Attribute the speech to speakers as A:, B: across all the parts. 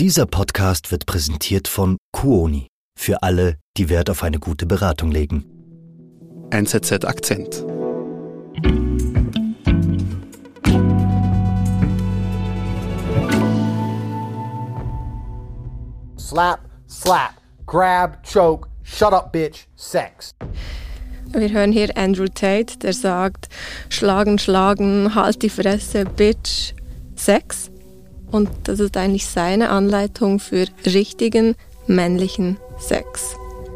A: Dieser Podcast wird präsentiert von Kuoni. Für alle, die Wert auf eine gute Beratung legen.
B: NZZ Akzent.
C: Slap, slap, grab, choke, shut up bitch, sex.
D: Wir hören hier Andrew Tate, der sagt, schlagen, schlagen, halt die Fresse, Bitch, Sex. Und das ist eigentlich seine Anleitung für richtigen männlichen Sex.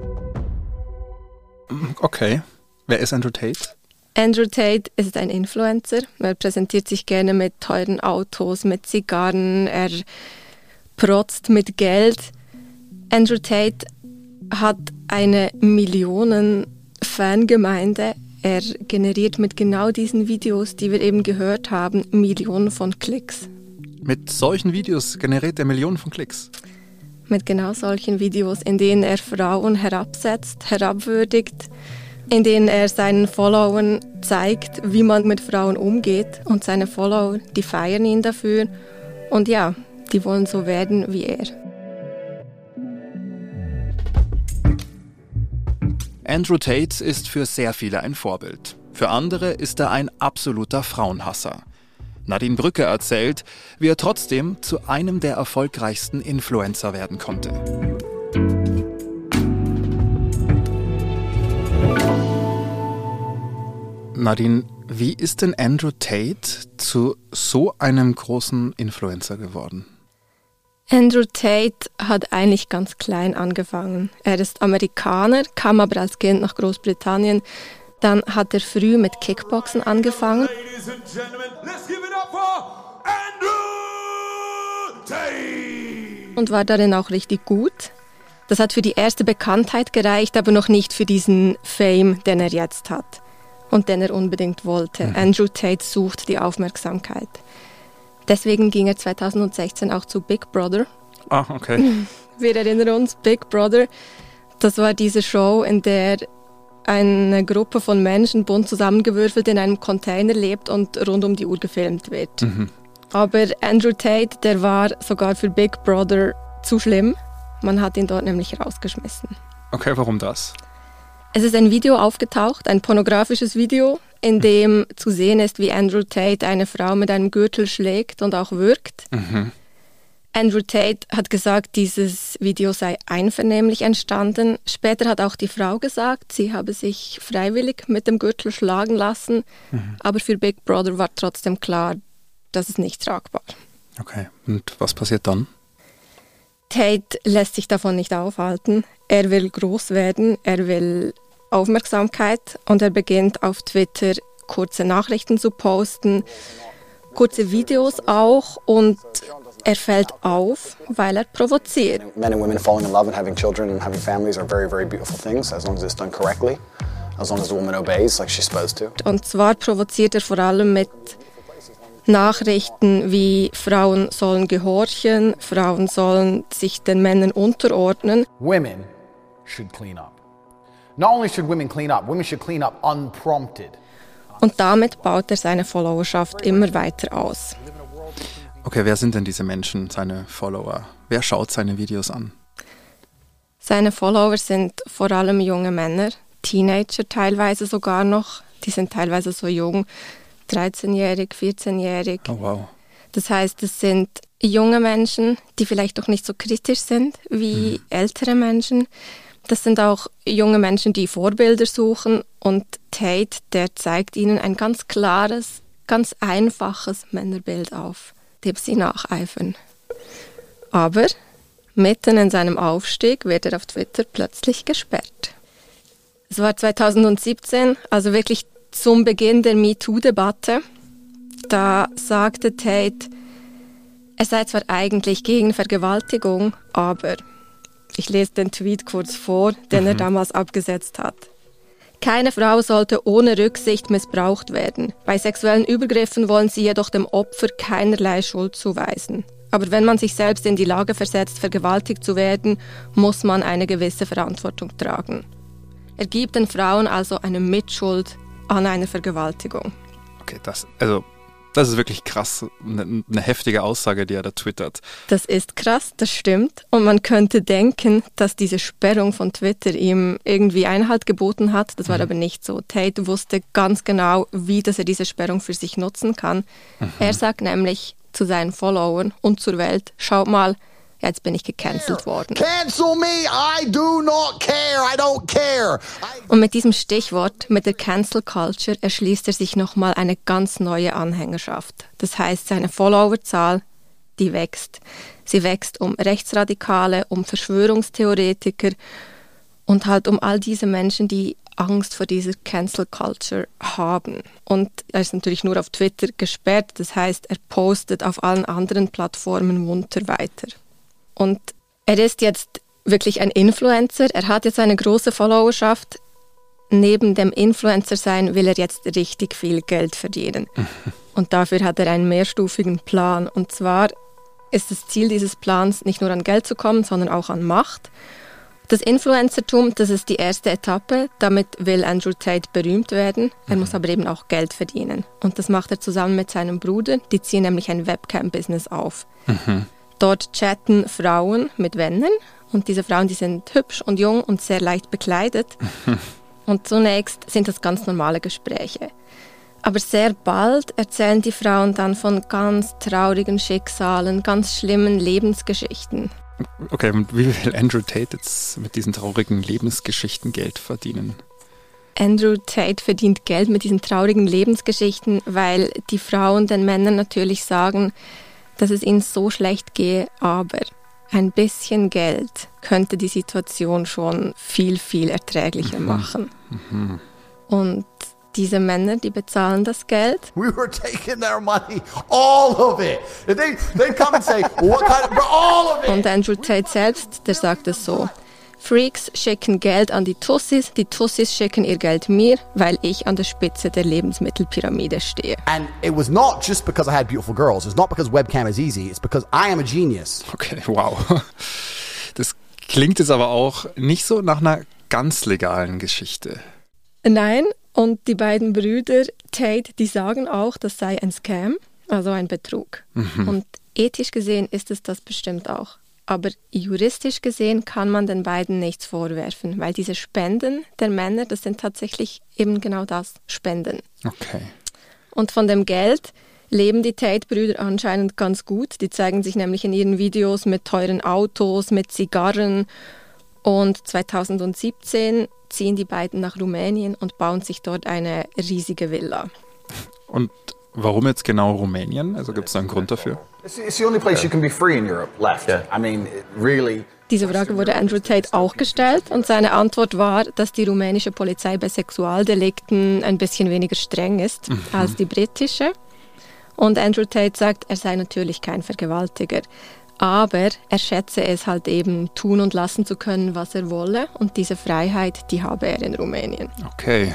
B: Okay. Wer ist Andrew Tate?
D: Andrew Tate ist ein Influencer. Er präsentiert sich gerne mit teuren Autos, mit Zigarren, er protzt mit Geld. Andrew Tate hat eine Millionen-Fangemeinde. Er generiert mit genau diesen Videos, die wir eben gehört haben, Millionen von Klicks.
B: Mit solchen Videos generiert er Millionen von Klicks?
D: Mit genau solchen Videos, in denen er Frauen herabsetzt, herabwürdigt, in denen er seinen Followern zeigt, wie man mit Frauen umgeht. Und seine Follower, die feiern ihn dafür. Und ja, die wollen so werden wie er.
B: Andrew Tate ist für sehr viele ein Vorbild. Für andere ist er ein absoluter Frauenhasser. Nadine Brücke erzählt, wie er trotzdem zu einem der erfolgreichsten Influencer werden konnte. Nadine, wie ist denn Andrew Tate zu so einem großen Influencer geworden?
D: Andrew Tate hat eigentlich ganz klein angefangen. Er ist Amerikaner, kam aber als Kind nach Großbritannien. Dann hat er früh mit Kickboxen angefangen.
E: Ladies and gentlemen, let's give it up for Andrew Tate!
D: Und war darin auch richtig gut. Das hat für die erste Bekanntheit gereicht, aber noch nicht für diesen Fame, den er jetzt hat und den er unbedingt wollte. Andrew Tate sucht die Aufmerksamkeit. Deswegen ging er 2016 auch zu Big Brother.
B: Ah, okay.
D: Wir erinnern uns, Big Brother, das war diese Show, in der eine Gruppe von Menschen bunt zusammengewürfelt in einem Container lebt und rund um die Uhr gefilmt wird. Aber Andrew Tate, der war sogar für Big Brother zu schlimm. Man hat ihn dort nämlich rausgeschmissen.
B: Okay, warum das?
D: Es ist ein Video aufgetaucht, ein pornografisches Video, in dem zu sehen ist, wie Andrew Tate eine Frau mit einem Gürtel schlägt und auch würgt. Andrew Tate hat gesagt, dieses Video sei einvernehmlich entstanden. Später hat auch die Frau gesagt, sie habe sich freiwillig mit dem Gürtel schlagen lassen. Aber für Big Brother war trotzdem klar, das ist nicht tragbar.
B: Okay, und was passiert dann?
D: Tate lässt sich davon nicht aufhalten. Er will groß werden, er will Aufmerksamkeit und er beginnt auf Twitter kurze Nachrichten zu posten, kurze Videos auch, und er fällt auf, weil er provoziert.
F: Men and women falling in love and having children and having families are very, very beautiful things, as long as it's done correctly, as long as the woman obeys like she's supposed to.
D: Und zwar provoziert er vor allem mit Nachrichten wie Frauen sollen gehorchen, Frauen sollen sich den Männern unterordnen.
C: Women should clean up. Not only should women clean up unprompted.
D: Und damit baut er seine Followerschaft immer weiter aus.
B: Okay, wer sind denn diese Menschen, seine Follower? Wer schaut seine Videos an?
D: Seine Follower sind vor allem junge Männer, Teenager teilweise sogar noch. Die sind teilweise so jung, 13-jährig, 14-jährig.
B: Oh wow.
D: Das heißt, es sind junge Menschen, die vielleicht auch nicht so kritisch sind wie ältere Menschen. Das sind auch junge Menschen, die Vorbilder suchen, und Tate, der zeigt ihnen ein ganz klares, ganz einfaches Männerbild auf, dem sie nacheifern. Aber mitten in seinem Aufstieg wird er auf Twitter plötzlich gesperrt. Es war 2017, also wirklich zum Beginn der MeToo-Debatte. Da sagte Tate, er sei zwar eigentlich gegen Vergewaltigung, aber ich lese den Tweet kurz vor, den er damals abgesetzt hat. Keine Frau sollte ohne Rücksicht missbraucht werden. Bei sexuellen Übergriffen wollen sie jedoch dem Opfer keinerlei Schuld zuweisen. Aber wenn man sich selbst in die Lage versetzt, vergewaltigt zu werden, muss man eine gewisse Verantwortung tragen. Er gibt den Frauen also eine Mitschuld an einer Vergewaltigung.
B: Okay, Das ist wirklich krass, eine heftige Aussage, die er da twittert.
D: Das ist krass, das stimmt. Und man könnte denken, dass diese Sperrung von Twitter ihm irgendwie Einhalt geboten hat. Das war aber nicht so. Tate wusste ganz genau, dass er diese Sperrung für sich nutzen kann. Er sagt nämlich zu seinen Followern und zur Welt, schaut mal, jetzt bin ich gecancelt worden.
C: Cancel me, I do not care, I don't care.
D: Und mit diesem Stichwort, mit der Cancel Culture, erschließt er sich nochmal eine ganz neue Anhängerschaft. Das heißt, seine Followerzahl, die wächst. Sie wächst um Rechtsradikale, um Verschwörungstheoretiker und halt um all diese Menschen, die Angst vor dieser Cancel Culture haben. Und er ist natürlich nur auf Twitter gesperrt, das heißt, er postet auf allen anderen Plattformen munter weiter. Und er ist jetzt wirklich ein Influencer. Er hat jetzt eine große Followerschaft. Neben dem Influencer-Sein will er jetzt richtig viel Geld verdienen. Und dafür hat er einen mehrstufigen Plan. Und zwar ist das Ziel dieses Plans, nicht nur an Geld zu kommen, sondern auch an Macht. Das Influencertum, das ist die erste Etappe. Damit will Andrew Tate berühmt werden. Er muss aber eben auch Geld verdienen. Und das macht er zusammen mit seinem Bruder. Die ziehen nämlich ein Webcam-Business auf. Dort chatten Frauen mit Männern und diese Frauen, die sind hübsch und jung und sehr leicht bekleidet. Und zunächst sind das ganz normale Gespräche. Aber sehr bald erzählen die Frauen dann von ganz traurigen Schicksalen, ganz schlimmen Lebensgeschichten.
B: Okay, und wie will Andrew Tate jetzt mit diesen traurigen Lebensgeschichten Geld verdienen?
D: Andrew Tate verdient Geld mit diesen traurigen Lebensgeschichten, weil die Frauen den Männern natürlich sagen, dass es ihnen so schlecht gehe, aber ein bisschen Geld könnte die Situation schon viel, viel erträglicher machen. Und diese Männer, die bezahlen das Geld.
C: We were taking their money, all of it. They come and say, what kind of, all of it.
D: Und Andrew Tate selbst, der sagt es so: Freaks schicken Geld an die Tussis schicken ihr Geld mir, weil ich an der Spitze der Lebensmittelpyramide stehe.
C: And it was not just because I had beautiful girls. It's not because webcam is easy. It's because I am a genius.
B: Okay, wow. Das klingt jetzt aber auch nicht so nach einer ganz legalen Geschichte.
D: Nein, und die beiden Brüder Tate, die sagen auch, das sei ein Scam, also ein Betrug. Und ethisch gesehen ist es das bestimmt auch. Aber juristisch gesehen kann man den beiden nichts vorwerfen, weil diese Spenden der Männer, das sind tatsächlich eben genau das, Spenden.
B: Okay.
D: Und von dem Geld leben die Tate-Brüder anscheinend ganz gut. Die zeigen sich nämlich in ihren Videos mit teuren Autos, mit Zigarren. Und 2017 ziehen die beiden nach Rumänien und bauen sich dort eine riesige Villa.
B: Und warum jetzt genau Rumänien? Also gibt es da einen Grund dafür?
F: It's the only place you can be free in Europe left. I mean, really.
D: Diese Frage wurde Andrew Tate auch gestellt und seine Antwort war, dass die rumänische Polizei bei Sexualdelikten ein bisschen weniger streng ist als die britische. Und Andrew Tate sagt, er sei natürlich kein Vergewaltiger, aber er schätze es halt eben, tun und lassen zu können, was er wolle, und diese Freiheit, die habe er in Rumänien.
B: Okay.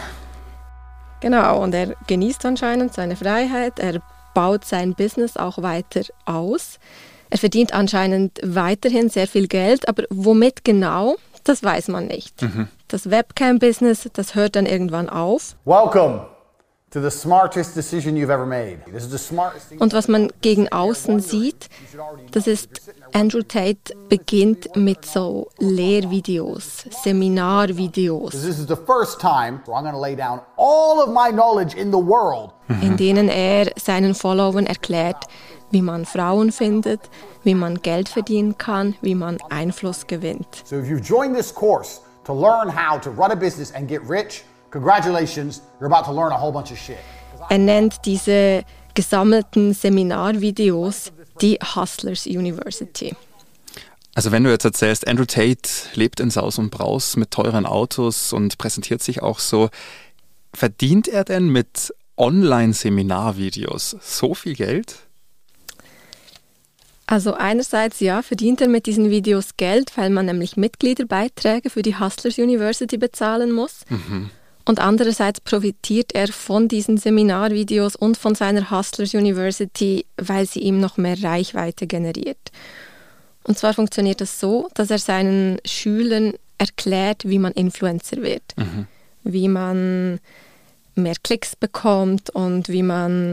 D: Genau, und er genießt anscheinend seine Freiheit, er baut sein Business auch weiter aus. Er verdient anscheinend weiterhin sehr viel Geld, aber womit genau, das weiß man nicht. Das Webcam-Business, das hört dann irgendwann auf.
C: Welcome to the smartest decision you've ever made. This is the smartest thing.
D: Und was man gegen außen sieht, das ist, Andrew Tate beginnt mit so Lehrvideos, Seminarvideos,
C: This is the first time where I'm going to lay down all of my knowledge in the world.
D: in denen er seinen Followern erklärt, wie man Frauen findet, wie man Geld verdienen kann, wie man Einfluss gewinnt.
C: So if you've joined this course to learn how to run a business and get rich, congratulations, you're about to learn a whole bunch of shit.
D: Er nennt diese gesammelten Seminarvideos die Hustlers University.
B: Also wenn du jetzt erzählst, Andrew Tate lebt in Saus und Braus mit teuren Autos und präsentiert sich auch so, verdient er denn mit Online-Seminarvideos so viel Geld?
D: Also einerseits ja, verdient er mit diesen Videos Geld, weil man nämlich Mitgliederbeiträge für die Hustlers University bezahlen muss. Und andererseits profitiert er von diesen Seminarvideos und von seiner Hustlers University, weil sie ihm noch mehr Reichweite generiert. Und zwar funktioniert es so, dass er seinen Schülern erklärt, wie man Influencer wird, wie man mehr Klicks bekommt und wie man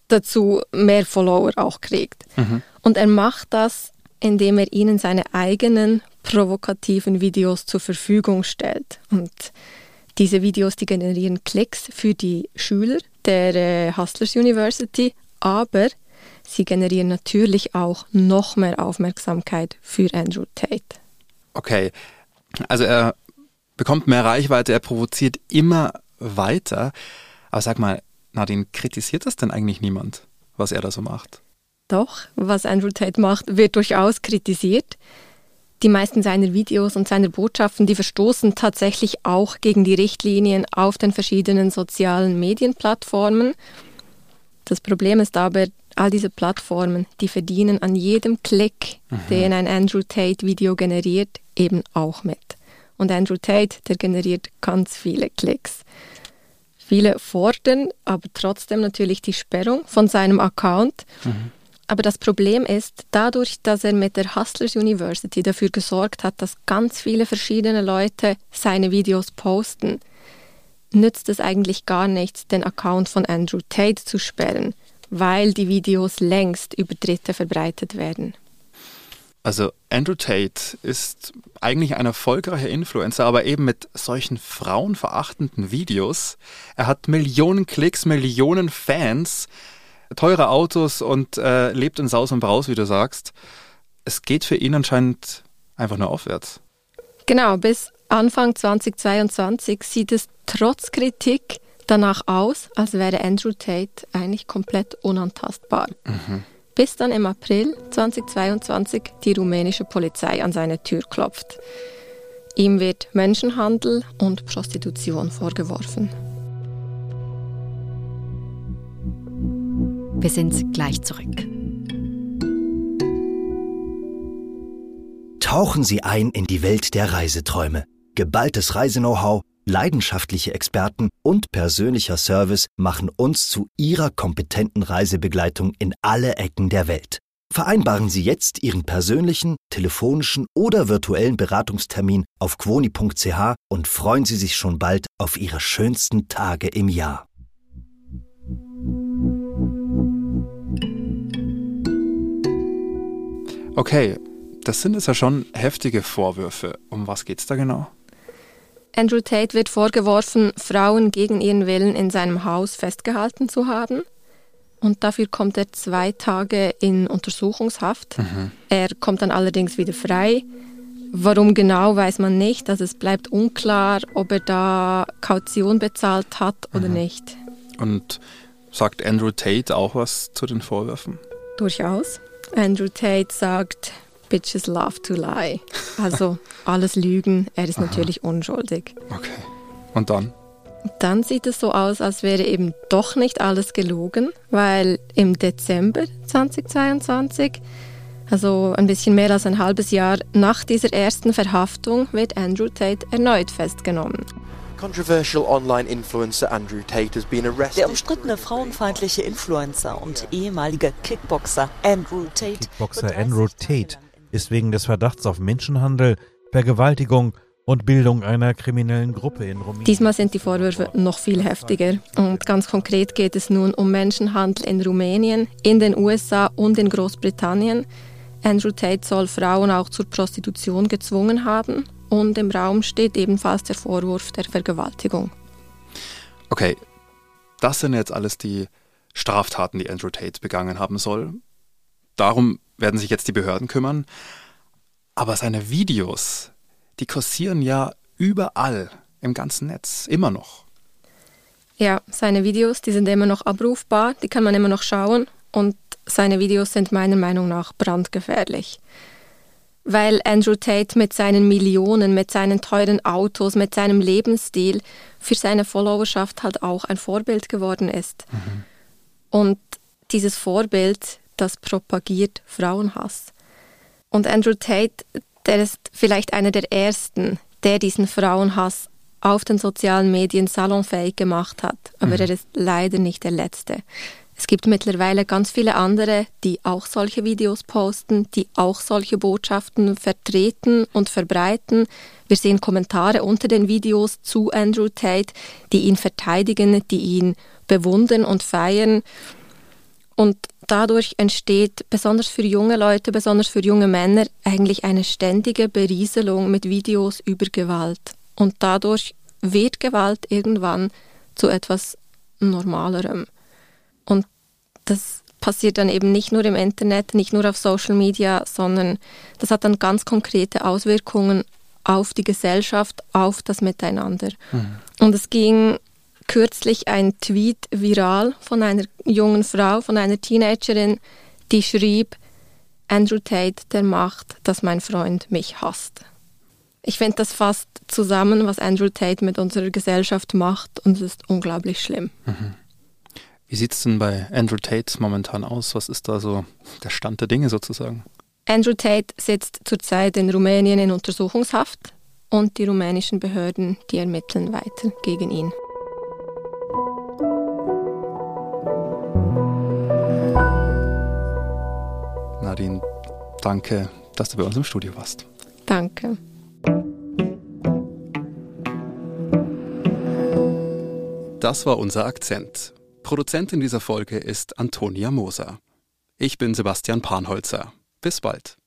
D: dazu mehr Follower auch kriegt. Und er macht das, indem er ihnen seine eigenen provokativen Videos zur Verfügung stellt. Und diese Videos, die generieren Klicks für die Schüler der Hustlers University, aber sie generieren natürlich auch noch mehr Aufmerksamkeit für Andrew Tate.
B: Okay, also er bekommt mehr Reichweite, er provoziert immer weiter. Aber sag mal, Nadine, kritisiert das denn eigentlich niemand, was er da so macht?
D: Doch, was Andrew Tate macht, wird durchaus kritisiert. Die meisten seiner Videos und seiner Botschaften, die verstoßen tatsächlich auch gegen die Richtlinien auf den verschiedenen sozialen Medienplattformen. Das Problem ist aber, all diese Plattformen, die verdienen an jedem Klick, den ein Andrew Tate-Video generiert, eben auch mit. Und Andrew Tate, der generiert ganz viele Klicks. Viele fordern aber trotzdem natürlich die Sperrung von seinem Account. Aber das Problem ist, dadurch, dass er mit der Hustlers University dafür gesorgt hat, dass ganz viele verschiedene Leute seine Videos posten, nützt es eigentlich gar nichts, den Account von Andrew Tate zu sperren, weil die Videos längst über Dritte verbreitet werden.
B: Also Andrew Tate ist eigentlich ein erfolgreicher Influencer, aber eben mit solchen frauenverachtenden Videos. Er hat Millionen Klicks, Millionen Fans, teure Autos und lebt in Saus und Braus, wie du sagst. Es geht für ihn anscheinend einfach nur aufwärts.
D: Genau, bis Anfang 2022 sieht es trotz Kritik danach aus, als wäre Andrew Tate eigentlich komplett unantastbar. Bis dann im April 2022 die rumänische Polizei an seine Tür klopft. Ihm wird Menschenhandel und Prostitution vorgeworfen.
G: Wir sind gleich zurück.
A: Tauchen Sie ein in die Welt der Reiseträume. Geballtes Reise-Know-how, leidenschaftliche Experten und persönlicher Service machen uns zu Ihrer kompetenten Reisebegleitung in alle Ecken der Welt. Vereinbaren Sie jetzt Ihren persönlichen, telefonischen oder virtuellen Beratungstermin auf quoni.ch und freuen Sie sich schon bald auf Ihre schönsten Tage im Jahr.
B: Okay, das sind jetzt ja schon heftige Vorwürfe. Um was geht's da genau?
D: Andrew Tate wird vorgeworfen, Frauen gegen ihren Willen in seinem Haus festgehalten zu haben. Und dafür kommt er 2 Tage in Untersuchungshaft. Er kommt dann allerdings wieder frei. Warum genau, weiß man nicht. Also es bleibt unklar, ob er da Kaution bezahlt hat oder nicht.
B: Und sagt Andrew Tate auch was zu den Vorwürfen?
D: Durchaus. Andrew Tate sagt, Bitches love to lie. Also alles Lügen, er ist natürlich unschuldig.
B: Okay. Und dann?
D: Dann sieht es so aus, als wäre eben doch nicht alles gelogen, weil im Dezember 2022, also ein bisschen mehr als ein halbes Jahr nach dieser ersten Verhaftung, wird Andrew Tate erneut festgenommen.
H: Controversial online influencer Andrew Tate has been arrested.
I: Der umstrittene frauenfeindliche Influencer und ehemalige Kickboxer Andrew Tate
J: ist wegen des Verdachts auf Menschenhandel, Vergewaltigung und Bildung einer kriminellen Gruppe in Rumänien.
D: Diesmal sind die Vorwürfe noch viel heftiger. Und ganz konkret geht es nun um Menschenhandel in Rumänien, in den USA und in Großbritannien. Andrew Tate soll Frauen auch zur Prostitution gezwungen haben. Und im Raum steht ebenfalls der Vorwurf der Vergewaltigung.
B: Okay, das sind jetzt alles die Straftaten, die Andrew Tate begangen haben soll. Darum werden sich jetzt die Behörden kümmern. Aber seine Videos, die kursieren ja überall im ganzen Netz, immer noch.
D: Ja, seine Videos, die sind immer noch abrufbar, die kann man immer noch schauen. Und seine Videos sind meiner Meinung nach brandgefährlich. Weil Andrew Tate mit seinen Millionen, mit seinen teuren Autos, mit seinem Lebensstil für seine Followerschaft halt auch ein Vorbild geworden ist. Und dieses Vorbild, das propagiert Frauenhass. Und Andrew Tate, der ist vielleicht einer der Ersten, der diesen Frauenhass auf den sozialen Medien salonfähig gemacht hat. Aber er ist leider nicht der Letzte. Es gibt mittlerweile ganz viele andere, die auch solche Videos posten, die auch solche Botschaften vertreten und verbreiten. Wir sehen Kommentare unter den Videos zu Andrew Tate, die ihn verteidigen, die ihn bewundern und feiern. Und dadurch entsteht besonders für junge Leute, besonders für junge Männer eigentlich eine ständige Berieselung mit Videos über Gewalt. Und dadurch wird Gewalt irgendwann zu etwas Normalerem. Und das passiert dann eben nicht nur im Internet, nicht nur auf Social Media, sondern das hat dann ganz konkrete Auswirkungen auf die Gesellschaft, auf das Miteinander. Und es ging kürzlich ein Tweet viral von einer jungen Frau, von einer Teenagerin, die schrieb: Andrew Tate, der macht, dass mein Freund mich hasst. Ich finde, das fasst zusammen, was Andrew Tate mit unserer Gesellschaft macht, und es ist unglaublich schlimm.
B: Wie sieht es denn bei Andrew Tate momentan aus? Was ist da so der Stand der Dinge sozusagen?
D: Andrew Tate sitzt zurzeit in Rumänien in Untersuchungshaft und die rumänischen Behörden, die ermitteln weiter gegen ihn.
B: Nadine, danke, dass du bei uns im Studio warst.
D: Danke.
B: Das war unser Akzent. Produzentin dieser Folge ist Antonia Moser. Ich bin Sebastian Panholzer. Bis bald.